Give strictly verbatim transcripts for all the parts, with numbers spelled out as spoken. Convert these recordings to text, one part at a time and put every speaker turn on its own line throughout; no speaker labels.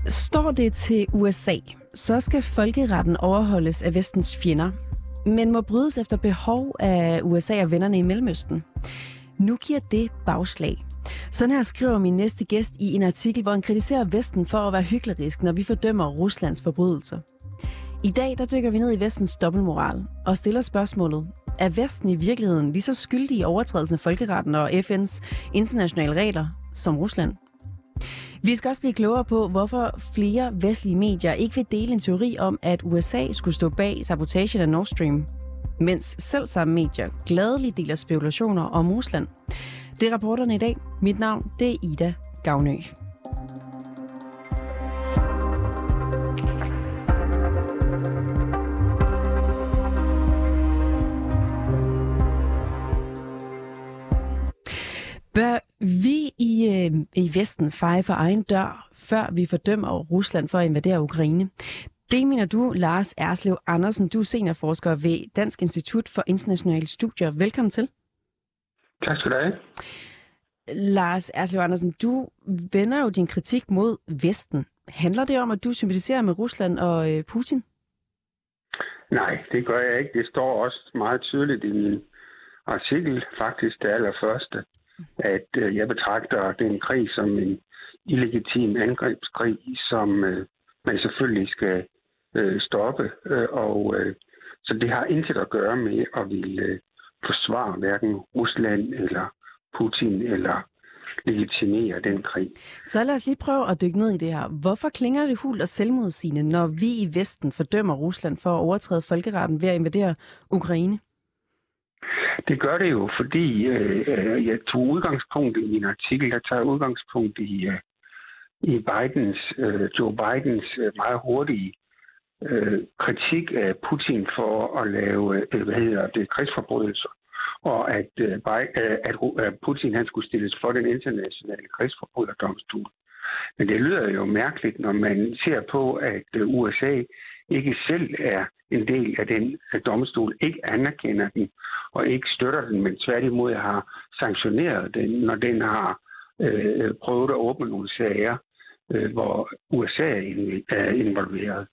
Står det til U S A, så skal folkeretten overholdes af vestens fjender, men må brydes efter behov af U S A og vennerne i Mellemøsten. Nu giver det bagslag. Sådan her skriver min næste gæst i en artikel, hvor han kritiserer Vesten for at være hyklerisk, når vi fordømmer Ruslands forbrydelser. I dag der dykker vi ned i Vestens dobbeltmoral og stiller spørgsmålet: er Vesten i virkeligheden lige så skyldig i overtrædelsen af folkeretten og F N's internationale regler som Rusland? Vi skal også blive klogere på, hvorfor flere vestlige medier ikke vil dele en teori om, at U S A skulle stå bag sabotagen af Nord Stream, mens selv samme medier gladeligt deler spekulationer om Rusland. Det er rapporterne i dag. Mit navn det er Ida Gavnø. Bør vi i, øh, i Vesten feje for egen dør, før vi fordømmer Rusland for at invadere Ukraine? Det mener du, Lars Erslev Andersen. Du er seniorforsker ved Dansk Institut for Internationale Studier. Velkommen til.
Tak skal du have.
Lars Erslev Andersen, du vender jo din kritik mod Vesten. Handler det om, at du sympatiserer med Rusland og øh, Putin?
Nej, det gør jeg ikke. Det står også meget tydeligt i min artikel, faktisk det allerførste, at øh, jeg betragter den krig som en illegitim angrebskrig, som øh, man selvfølgelig skal øh, stoppe. Øh, og øh, så det har intet at gøre med at ville øh, forsvare hverken Rusland eller Putin eller legitimere den krig.
Så lad os lige prøve at dykke ned i det her. Hvorfor klinger det hult og selvmodsigende, når vi i Vesten fordømmer Rusland for at overtræde folkeretten ved at invadere Ukraine?
Det gør det jo, fordi øh, jeg tog udgangspunkt i min artikel, der tager udgangspunkt i, øh, i Bidens, øh, Joe Bidens øh, meget hurtige øh, kritik af Putin for at lave øh, hvad hedder det, krigsforbrydelser, og at, øh, at, at Putin han skulle stilles for den internationale krigsforbryderdomstol. Men det lyder jo mærkeligt, når man ser på, at øh, U S A ikke selv er en del af den domstol, ikke anerkender den og ikke støtter den, men tværtimod har sanktioneret den, når den har øh, prøvet at åbne nogle sager, øh, hvor U S A er involveret.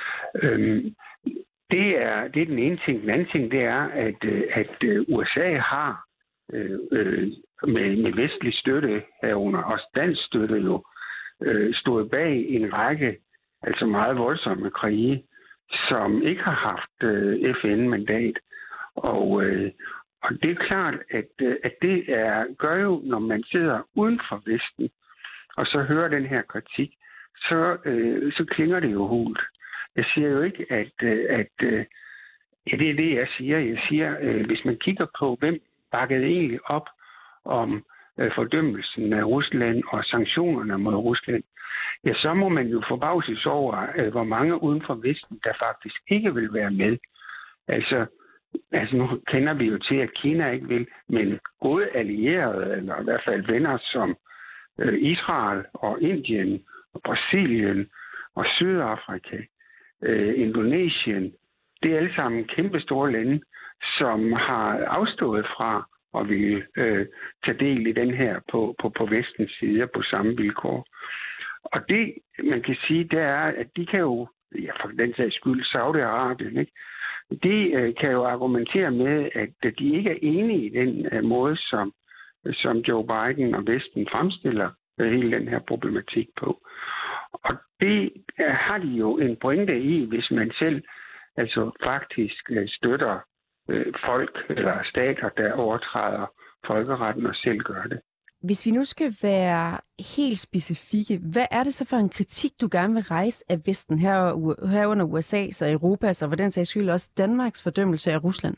Øhm, det, er, det er den ene ting. Den anden ting, det er, at, at U S A har øh, med, med vestlig støtte herunder, også dansk støtte jo, øh, stået bag en række altså meget voldsomme krige, som ikke har haft øh, F N-mandat. Og, øh, og det er klart, at, øh, at det er, gør jo, når man sidder uden for Vesten, og så hører den her kritik, så, øh, så klinger det jo hult. Jeg siger jo ikke, at, øh, at øh, ja, det er det, jeg siger. Jeg siger, øh, hvis man kigger på, hvem bakkede egentlig op om øh, fordømmelsen af Rusland og sanktionerne mod Rusland, ja, så må man jo forbavses over, øh, hvor mange uden for Vesten, der faktisk ikke vil være med. Altså, altså, nu kender vi jo til, at Kina ikke vil, men gode allierede, eller i hvert fald venner som øh, Israel og Indien og Brasilien og Sydafrika, øh, Indonesien, det er alle sammen kæmpe store lande, som har afstået fra at ville øh, tage del i den her på, på, på Vestens side på samme vilkår. Og det, man kan sige, det er, at de kan jo, ja, for den sags skyld, Saudi-Arabien, ikke? De øh, kan jo argumentere med, at de ikke er enige i den øh, måde, som, som Joe Biden og Vesten fremstiller øh, hele den her problematik på. Og det øh, har de jo en pointe i, hvis man selv altså faktisk øh, støtter øh, folk eller stater, der overtræder folkeretten og selv gør det.
Hvis vi nu skal være helt specifikke, hvad er det så for en kritik, du gerne vil rejse af Vesten, her, herunder U S A's og Europas, og for den sags skyld også Danmarks fordømmelse af Rusland?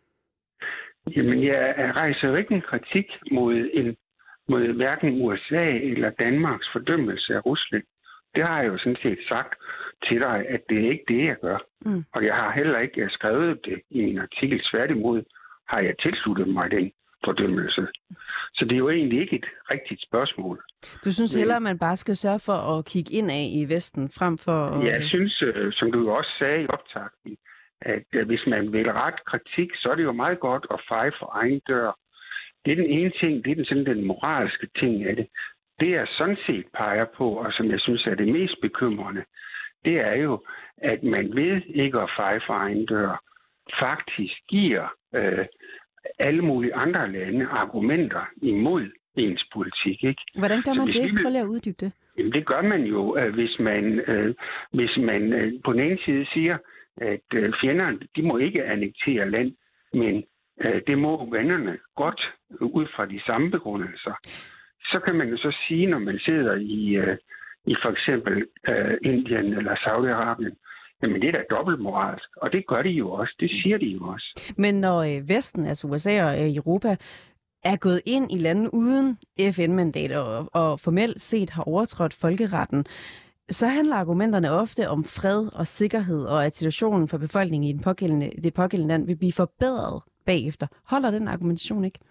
Jamen, jeg rejser jo ikke en kritik mod, en, mod hverken U S A eller Danmarks fordømmelse af Rusland. Det har jeg jo sådan set sagt til dig, at det er ikke det, jeg gør. Mm. Og jeg har heller ikke skrevet det i min artikel. Tværtimod har jeg tilsluttet mig den fordømmelse. Så det er jo egentlig ikke et rigtigt spørgsmål.
Du synes hellere, at man bare skal sørge for at kigge ind af i Vesten, frem for... At...
Jeg synes, som du jo også sagde i optakten, at hvis man vil ret kritik, så er det jo meget godt at feje for egen dør. Det er den ene ting, det er den, sådan den moralske ting af det. Det jeg sådan set peger på, og som jeg synes er det mest bekymrende, det er jo, at man ved ikke at feje for egen dør, faktisk giver øh, alle mulige andre lande argumenter imod ens politik. Ikke?
Hvordan gør man det?
Vi...
Prøv lige at uddybe det.
Jamen, det gør man jo, øh, hvis man, øh, hvis man øh, på den ene side siger, at øh, fjenderne, de må ikke annektere land, men øh, det må vennerne godt øh, ud fra de samme begrundelser. Så kan man jo så sige, når man sidder i, øh, i for eksempel øh, Indien eller Saudi-Arabien, jamen det er da dobbeltmoralsk, og det gør de jo også, det siger de jo også.
Men når øh, Vesten, altså U S A og øh, Europa, er gået ind i lande uden F N-mandat og, og formelt set har overtrådt folkeretten, så handler argumenterne ofte om fred og sikkerhed, og at situationen for befolkningen i den pågældende, det pågældende land vil blive forbedret bagefter. Holder den argumentation ikke?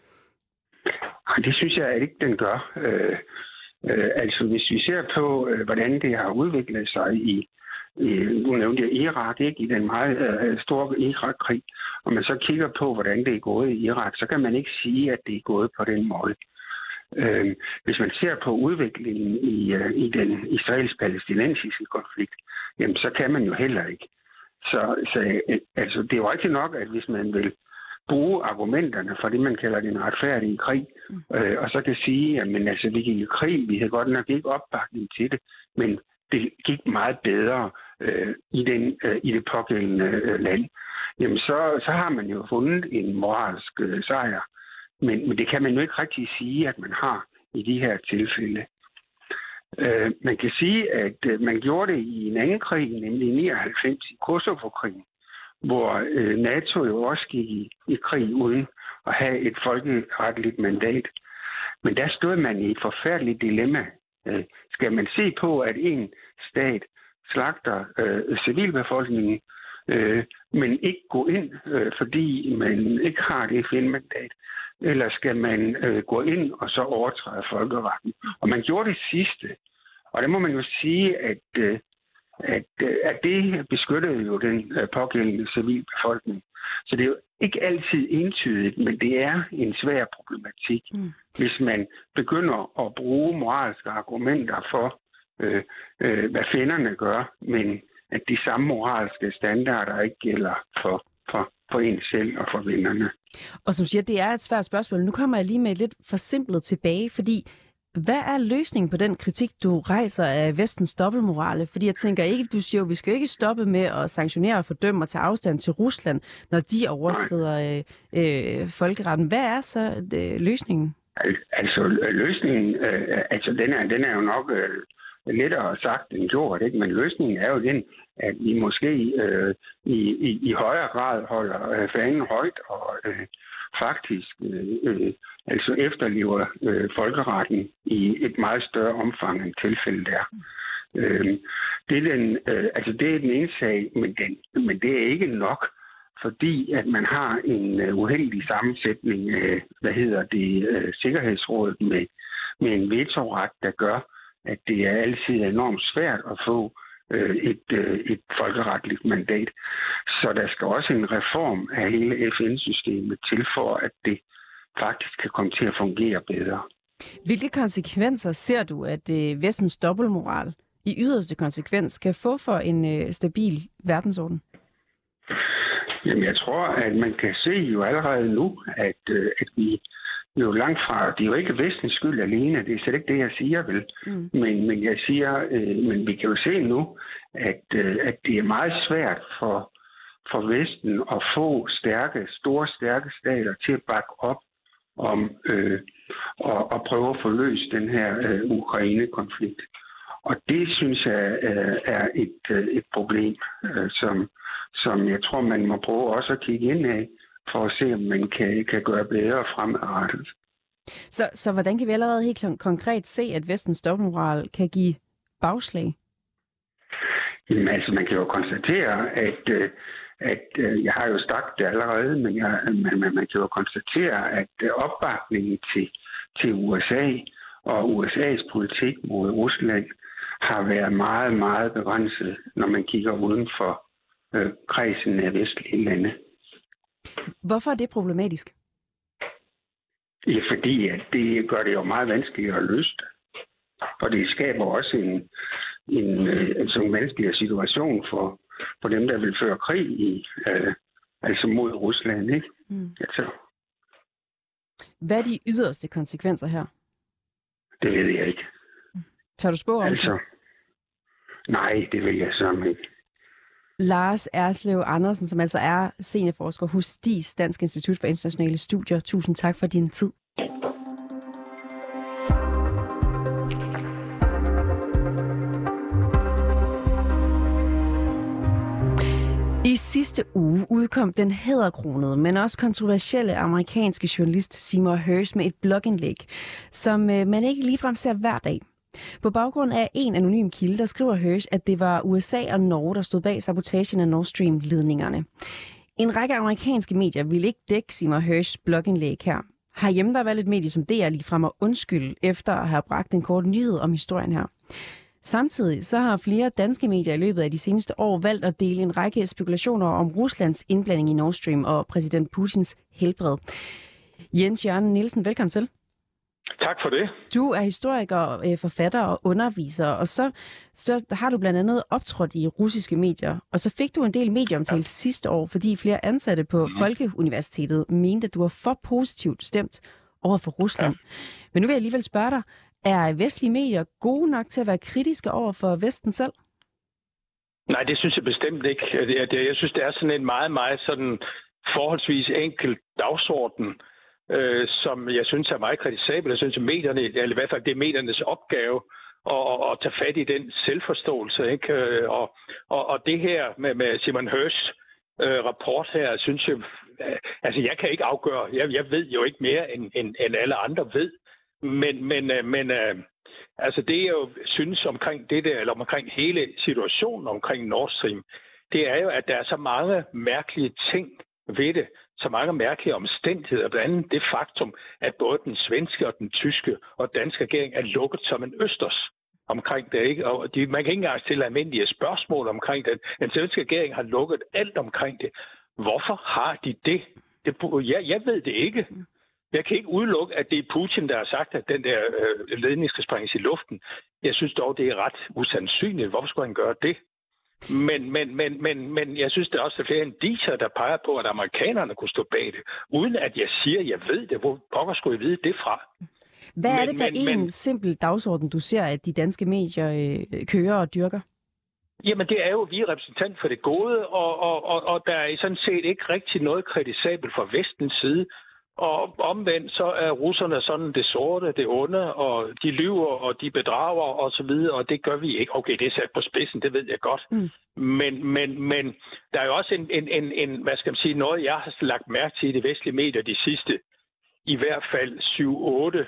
Nej, det synes jeg ikke, den gør. Øh, øh, altså, hvis vi ser på, øh, hvordan det har udviklet sig i, i nu nævnte jeg Irak, ikke, i den meget øh, store Irak-krig, og man så kigger på, hvordan det er gået i Irak, så kan man ikke sige, at det er gået på den måde. Øh, hvis man ser på udviklingen i, øh, i den israelsk-palæstinensiske konflikt, jamen, så kan man jo heller ikke. Så, så øh, altså, det er jo rigtigt nok, at hvis man vil bruge argumenterne for det, man kalder den retfærdige krig, øh, og så kan sige, at men, altså, vi gik i krig, vi havde godt nok ikke opbakning til det, men det gik meget bedre øh, i, den, øh, i det pågældende øh, land. Jamen, så, så har man jo fundet en moralsk øh, sejr. Men, men det kan man jo ikke rigtig sige, at man har i de her tilfælde. Øh, man kan sige, at øh, man gjorde det i en anden krig, nemlig i nioghalvfems i Kosovo-krigen, hvor øh, NATO jo også gik i, i krig uden at have et folkeretligt mandat. Men der stod man i et forfærdeligt dilemma. Øh, skal man se på, at en stat slagter øh, civilbefolkningen, øh, men ikke gå ind, øh, fordi man ikke har det F N-mandat? Eller skal man øh, gå ind og så overtræde folkeretten? Og man gjorde det sidste. Og der må man jo sige, at, øh, at, øh, at det beskyttede jo den øh, pågældende civilbefolkning. Så det er jo ikke altid entydigt, men det er en svær problematik, mm. hvis man begynder at bruge moralske argumenter for, øh, øh, hvad fjenderne gør, men at de samme moralske standarder ikke gælder for, for, for en selv og for vennerne.
Og som siger, det er et svært spørgsmål. Nu kommer jeg lige med et lidt forsimplet tilbage, fordi hvad er løsningen på den kritik, du rejser af Vestens dobbeltmorale? Fordi jeg tænker ikke, du siger jo, vi skal ikke stoppe med at sanktionere og fordømme og tage afstand til Rusland, når de overskrider øh, øh, folkeretten. Hvad er så øh, løsningen?
Altså løsningen, øh, altså den er, den er jo nok øh, lettere sagt end gjort, ikke? Men løsningen er jo den, at vi måske øh, i, i, i højere grad holder øh, fanen højt og øh, faktisk øh, øh, altså efterlever øh, folkeretten i et meget større omfang end tilfældet er. Øh, det er den, øh, altså det er den ene sag, men, den, men det er ikke nok, fordi at man har en uh, uheldig sammensætning af, hvad hedder det, uh, sikkerhedsrådet med, med en vetoret, der gør, at det er altid enormt svært at få uh, et, uh, et folkeretligt mandat. Så der skal også en reform af hele F N-systemet til for, at det faktisk kan komme til at fungere bedre.
Hvilke konsekvenser ser du, at uh, Vestens dobbeltmoral i yderste konsekvens kan få for en uh, stabil verdensorden?
Jamen, jeg tror, at man kan se jo allerede nu, at, øh, at vi jo langt fra, det er jo ikke Vestens skyld alene, det er slet ikke det, jeg siger vel, mm. men, men jeg siger, øh, men vi kan jo se nu, at, øh, at det er meget svært for, for Vesten at få stærke, store, stærke stater til at bakke op om øh, og, og prøve at få løst den her øh, Ukraine-konflikt. Og det synes jeg øh, er et, øh, et problem, øh, som som jeg tror, man må prøve også at kigge ind af, for at se, om man kan, kan gøre bedre fremadrettet.
Så, så hvordan kan vi allerede helt konkret se, at Vestens dobbeltmoral kan give bagslag?
Jamen altså, man kan jo konstatere, at, at jeg har jo sagt det allerede, men jeg, man, man kan jo konstatere, at opbakningen til, til U S A og U S A's politik mod Rusland har været meget, meget begrænset, når man kigger uden for øh, kredsen af vestlige lande.
Hvorfor er det problematisk?
Ja, fordi at det gør det jo meget vanskeligt at løse det. Og det skaber også en, en, en sådan vanskelig situation for, for dem, der vil føre krig i, øh, altså mod Rusland, ikke? Mm. Altså.
Hvad er de yderste konsekvenser her?
Det ved jeg ikke.
Tør du spå om
altså, nej, det vil jeg sammen ikke.
Lars Erslev Andersen, som altså er seniorforsker hos D I S, Dansk Institut for Internationale Studier. Tusind tak for din tid. I sidste uge udkom den hæderkronede, men også kontroversielle amerikanske journalist Seymour Hersh med et blogindlæg, som man ikke ligefrem ser hver dag. På baggrund af en anonym kilde, der skriver Hersh, at det var U S A og Norge, der stod bag sabotagen af Nord Stream-ledningerne. En række amerikanske medier ville ikke dække Seymour Hershs blogindlæg her. Herhjemme der valgte et medie som D R ligefrem at undskylde efter at have bragt en kort nyhed om historien her. Samtidig så har flere danske medier i løbet af de seneste år valgt at dele en række spekulationer om Ruslands indblanding i Nord Stream og præsident Putins helbred. Jens Jørgen Nielsen, velkommen til.
Tak for det.
Du er historiker, forfatter og underviser, og så, så har du blandt andet optrådt i russiske medier, og så fik du en del medieomtale ja. sidste år, fordi flere ansatte på mm. Folkeuniversitetet mente, at du var for positivt stemt over for Rusland. Ja. Men nu vil jeg alligevel spørge dig, er vestlige medier gode nok til at være kritiske over for Vesten selv?
Nej, det synes jeg bestemt ikke. Jeg synes, det er sådan en meget, meget sådan forholdsvis enkel dagsorden, øh, som jeg synes er meget kritisabel. Jeg synes, at medierne, eller i hvert fald det er mediernes opgave at, at tage fat i den selvforståelse. Ikke? Og, og, og det her med, med Seymour Hershs øh, rapport her, synes jeg, altså jeg kan ikke afgøre. Jeg, jeg ved jo ikke mere, end, end, end alle andre ved. Men, men, men øh, altså det jeg jo synes omkring det der, eller omkring hele situationen omkring Nord Stream, det er jo, at der er så mange mærkelige ting ved det, så mange mærkelige omstændigheder, blandt andet det faktum, at både den svenske og den tyske og danske regering er lukket som en østers omkring det, ikke? Og de, man kan ikke engang stille almindelige spørgsmål omkring det. Den svenske regering har lukket alt omkring det. Hvorfor har de det? det jeg, jeg ved det ikke. Jeg kan ikke udelukke, at det er Putin, der har sagt, at den der øh, ledning skal sprænges i luften. Jeg synes dog, det er ret usandsynligt. Hvorfor skulle han gøre det? Men, men, men, men, men jeg synes, der er også flere indicier, der peger på, at amerikanerne kunne stå bag det. Uden at jeg siger, at jeg ved det. Hvor pokker skulle jeg vide det fra?
Hvad men, er det for men, en men, simpel dagsorden, du ser, at de danske medier øh, kører og dyrker?
Jamen, det er jo, vi er repræsentant for det gode, og, og, og, og der er sådan set ikke rigtig noget kritisabelt fra vestens side. Og omvendt, så er russerne sådan det sorte, det onde, og de lyver, og de bedrager, og så videre, og det gør vi ikke. Okay, det er sat på spidsen, det ved jeg godt. Mm. Men, men, men der er jo også en, en, en, en, hvad skal man sige, noget, jeg har lagt mærke til i de vestlige medier de sidste, i hvert fald syv, otte,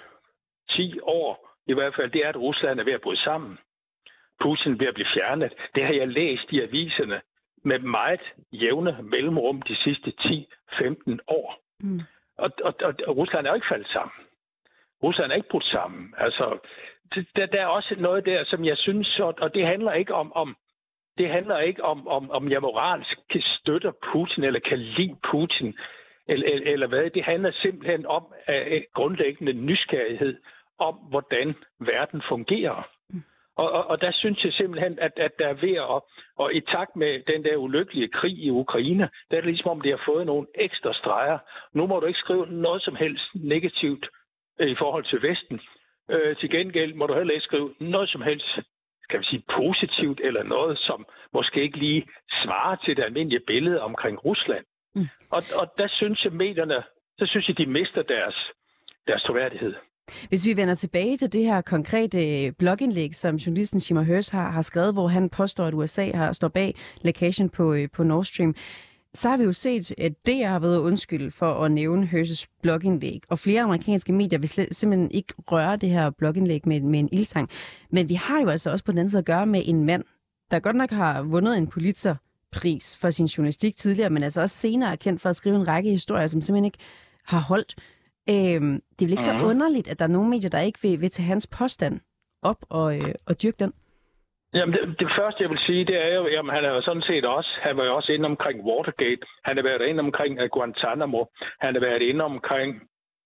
ti år, i hvert fald, det er, at Rusland er ved at bryde sammen. Putin er ved at blive fjernet. Det har jeg læst i aviserne med meget jævne mellemrum de sidste ti femten år. Mm. Og, og, og, og Rusland er jo ikke faldet sammen. Rusland er ikke brudt sammen. Altså, der, der er også noget der, som jeg synes, og det handler ikke om, om det handler ikke om, om, om jeg moralsk støtter Putin, eller kan lide Putin, eller, eller, eller hvad. Det handler simpelthen om uh, grundlæggende nysgerrighed om, hvordan verden fungerer. Mm. Og, og, og der synes jeg simpelthen, at, at der er ved at, og i takt med den der ulykkelige krig i Ukraine, der er det ligesom om, det har fået nogle ekstra streger. Nu må du ikke skrive noget som helst negativt øh, i forhold til Vesten. Øh, til gengæld må du heller ikke skrive noget som helst, skal vi sige, positivt, eller noget, som måske ikke lige svarer til det almindelige billede omkring Rusland. Mm. Og, og der synes jeg, medierne, så synes jeg, de mister deres, deres troværdighed.
Hvis vi vender tilbage til det her konkrete blogindlæg, som journalisten Seymour Hersh har, har skrevet, hvor han påstår, at U S A har står bag lækagen på, på Nord Stream, så har vi jo set, at D R har været undskyldt for at nævne Hersh's blogindlæg, og flere amerikanske medier vil slet, simpelthen ikke røre det her blogindlæg med, med en ildtang. Men vi har jo altså også på den anden side at gøre med en mand, der godt nok har vundet en Pulitzer-pris for sin journalistik tidligere, men altså også senere er kendt for at skrive en række historier, som simpelthen ikke har holdt. Øhm, det er vel ikke så underligt, at der er nogle medier, der ikke vil, vil tage hans påstand op og, øh, og dyrke den?
Jamen, det, det første, jeg vil sige, det er jo, jamen, han er jo sådan set også, han var jo også inde omkring Watergate, han har været inde omkring Guantanamo, han har været inde omkring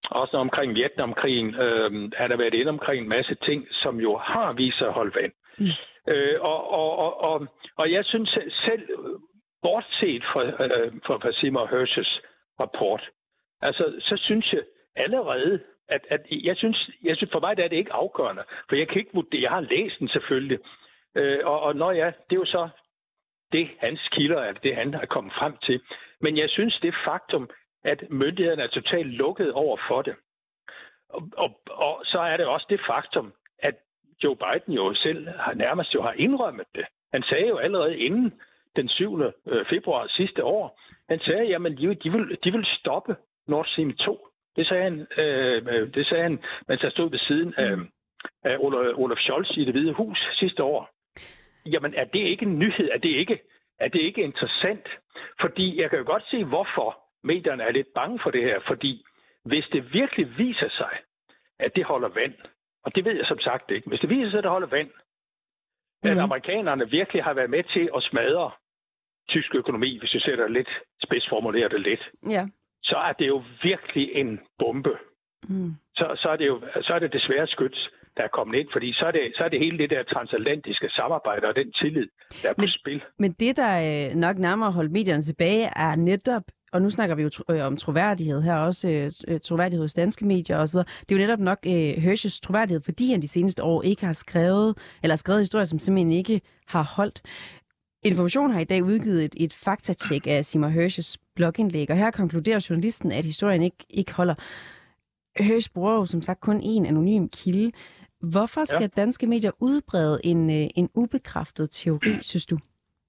også omkring Vietnamkrigen. Øh, han har været inde omkring en masse ting, som jo har vist sig at holde vand. Mm. Øh, og, og, og, og, og jeg synes selv, bortset fra, øh, fra, fra Seymour Hersh's rapport, altså, så synes jeg allerede, at, at jeg, synes, jeg synes, for mig der er det ikke afgørende, for jeg kan ikke vurdere, jeg har læst den selvfølgelig, øh, og, og når ja, det er jo så det, hans kilder er det, han er kommet frem til. Men jeg synes, det faktum, at myndighederne er totalt lukket over for det. Og, og, og så er det også det faktum, at Joe Biden jo selv har nærmest jo har indrømmet det. Han sagde jo allerede inden den syvende februar sidste år, han sagde, jamen de, de, vil, de vil stoppe Nord Stream to. Det sagde han, øh, det sagde han, mens han stod ved siden af, af Olaf Scholz i Det Hvide Hus sidste år. Jamen er det ikke en nyhed? Er det ikke, er det ikke interessant? Fordi jeg kan jo godt se, hvorfor medierne er lidt bange for det her. Fordi hvis det virkelig viser sig, at det holder vand, og det ved jeg som sagt ikke, hvis det viser sig, at det holder vand, mm. at amerikanerne virkelig har været med til at smadre tysk økonomi, hvis jeg sætter lidt spidsformuleret det lidt,
ja.
så er det jo virkelig en bombe. Mm. Så, så, er det jo, så er det desværre skyts, der er kommet ind, fordi så er, det, så er det hele det der transatlantiske samarbejde og den tillid, der er på
men,
spil.
Men det, der nok nærmere holdt medierne tilbage, er netop, og nu snakker vi jo tro, øh, om troværdighed her, også øh, troværdighed hos danske medier osv. Det er jo netop nok øh, Hersh's troværdighed, fordi han de seneste år ikke har skrevet, eller skrevet historier, som simpelthen ikke har holdt. Information har i dag udgivet et, et faktatjek af Seymour Hersh's blogindlæg, og her konkluderer journalisten, at historien ikke, ikke holder. Hersh bruger jo som sagt kun en anonym kilde. Hvorfor skal ja. danske medier udbrede en, en ubekræftet teori, synes du?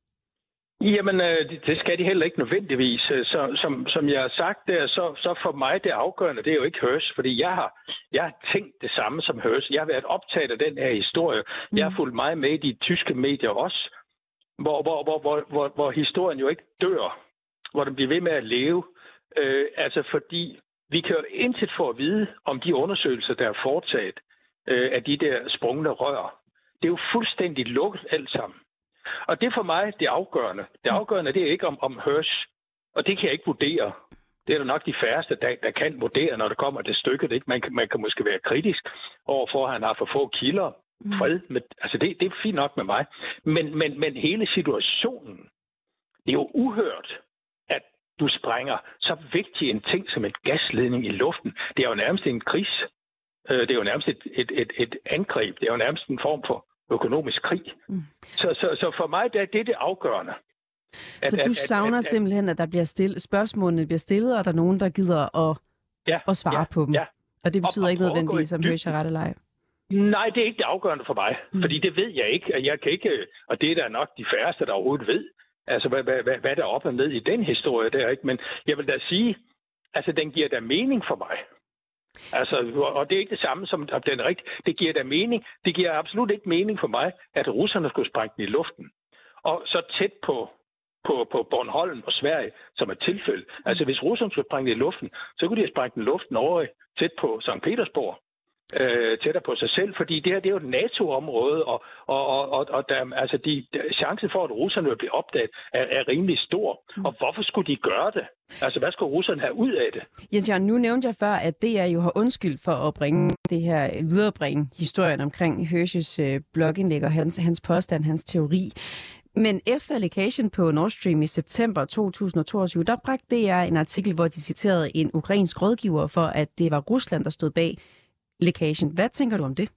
Jamen, det skal de heller ikke nødvendigvis. Så, som, som jeg har sagt der, så, så for mig det afgørende, det er jo ikke Hersh, fordi jeg har, jeg har tænkt det samme som Hersh. Jeg har været optaget af den her historie. Mm. Jeg har fulgt meget med i de tyske medier også, hvor, hvor, hvor, hvor, hvor, hvor historien jo ikke dør, hvor den bliver ved med at leve. Øh, altså fordi vi kan jo intet få at vide om de undersøgelser, der er foretaget øh, af de der sprungne rør. Det er jo fuldstændig lukket alt sammen. Og det er for mig det afgørende. Det afgørende det er ikke om, om Hersh, og det kan jeg ikke vurdere. Det er der nok de færreste, der, der kan vurdere, når det kommer til stykket. Ikke? Man, kan, man kan måske være kritisk overfor, at han har for få kilder. Fred med, altså det, det er fint nok med mig. Men, men, men hele situationen, det er jo uhørt, at du sprænger så vigtig en ting som en gasledning i luften. Det er jo nærmest en kris. Det er jo nærmest et, et, et, et angreb. Det er jo nærmest en form for økonomisk krig. Mm. Så, så, så for mig det er det det afgørende.
At, så du at, savner at, at, simpelthen, at der bliver stillet, spørgsmålene bliver stillet, og der er nogen, der gider at, ja, at svare ja, på dem. Ja. Og det betyder og, ikke nødvendigvis, som Hersh har ret eller ej.
Nej, det er ikke det afgørende for mig. Mm. Fordi det ved jeg ikke. Jeg kan ikke, og det er der nok de færreste, der overhovedet ved. Altså, hvad, hvad, hvad der er op og ned i den historie der, ikke? Men jeg vil da sige, altså, den giver da mening for mig. Altså, og det er ikke det samme som at den er rigtig. Det giver da mening. Det giver absolut ikke mening for mig, at russerne skulle sprænge den i luften. Og så tæt på, på, på Bornholm og Sverige, som er tilfældet. Altså, hvis russerne skulle sprænge den i luften, så kunne de have sprængt den i luften over tæt på Sankt Petersborg. Øh, tættere på sig selv, fordi det her det er jo et NATO-område, og, og, og, og der, altså de, der, chancen for, at russerne vil blive opdaget, er, er rimelig stor. Mm. Og hvorfor skulle de gøre det? Altså, hvad skulle russerne have ud af det?
Jens Jørgen, nu nævnte jeg før, at D R jo har undskyldt for at bringe det her, viderebringe historien omkring Hersh's øh, blogindlæg og hans, hans påstand, hans teori. Men efter lækagen på Nord Stream i september to tusind og toogtyve, der bragte D R en artikel, hvor de citerede en ukrainsk rådgiver for, at det var Rusland, der stod bag lækagen. Hvad tænker du om det?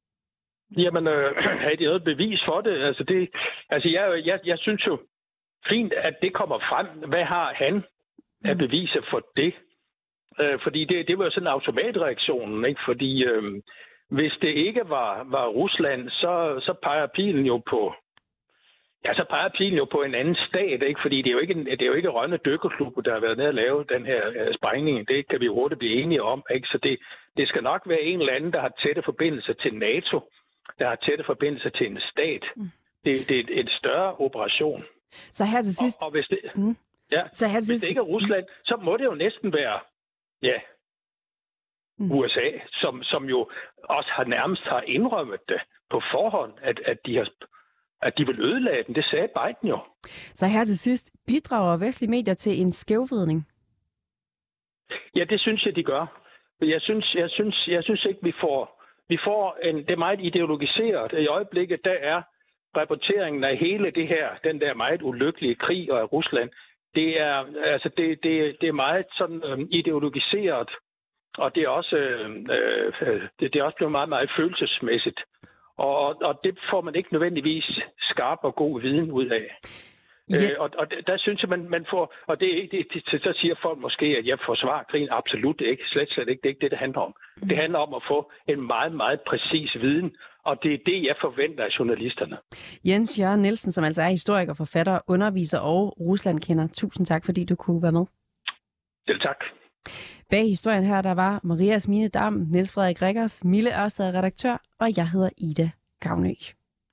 Jamen, øh, har de noget bevis for det? Altså, det, altså jeg, jeg, jeg synes jo fint, at det kommer frem. Hvad har han af beviser for det? Øh, fordi det, det var jo sådan en automatreaktion, ikke? Fordi øh, hvis det ikke var, var Rusland, så, så peger pilen jo på Ja, så peger pilen jo på en anden stat, ikke? Fordi det er jo ikke, det er jo ikke Rønne Dykkerklub, der har været nede og lave den her uh, sprængning. Det kan vi hurtigt blive enige om, ikke? Så det, det skal nok være en eller anden, der har tætte forbindelser til NATO, der har tætte forbindelser til en stat. Mm. Det, det er en større operation.
Så her til sidst...
Og, og hvis, det,
mm.
ja,
så her til
hvis
sidst...
det ikke er Rusland, så må det jo næsten være ja, mm. U S A, som, som jo også har nærmest har indrømmet det på forhånd, at, at de har... at de vil ødelage den. Det sagde Biden jo.
Så her til sidst, bidrager vestlige medier til en skævvridning?
Ja, det synes jeg, de gør. Jeg synes, jeg synes, jeg synes ikke, vi får, vi får en, det er meget ideologiseret. I øjeblikket, der er rapporteringen af hele det her, den der meget ulykkelige krig og af Rusland, det er, altså det, det, det er meget sådan øh, ideologiseret, og det er også, øh, det, det er også blevet meget, meget følelsesmæssigt. Og, og det får man ikke nødvendigvis skarp og god viden ud af. Ja. Øh, og, og der synes jeg, man, man får... Og det er ikke det, det, så siger folk måske, at jeg forsvarer krigen. Absolut ikke. Slet, slet ikke. Det er ikke det, det handler om. Mm. Det handler om at få en meget, meget præcis viden. Og det er det, jeg forventer af journalisterne.
Jens Jørgen Nielsen, som altså er historiker, forfatter, underviser og Rusland-kender. Tusind tak, fordi du kunne være med.
Selv tak.
Bag historien her, der var Maria Smine Dam, Niels Frederik Rikkers, Mille Ørsted, redaktør, og jeg hedder Ida Gavnø.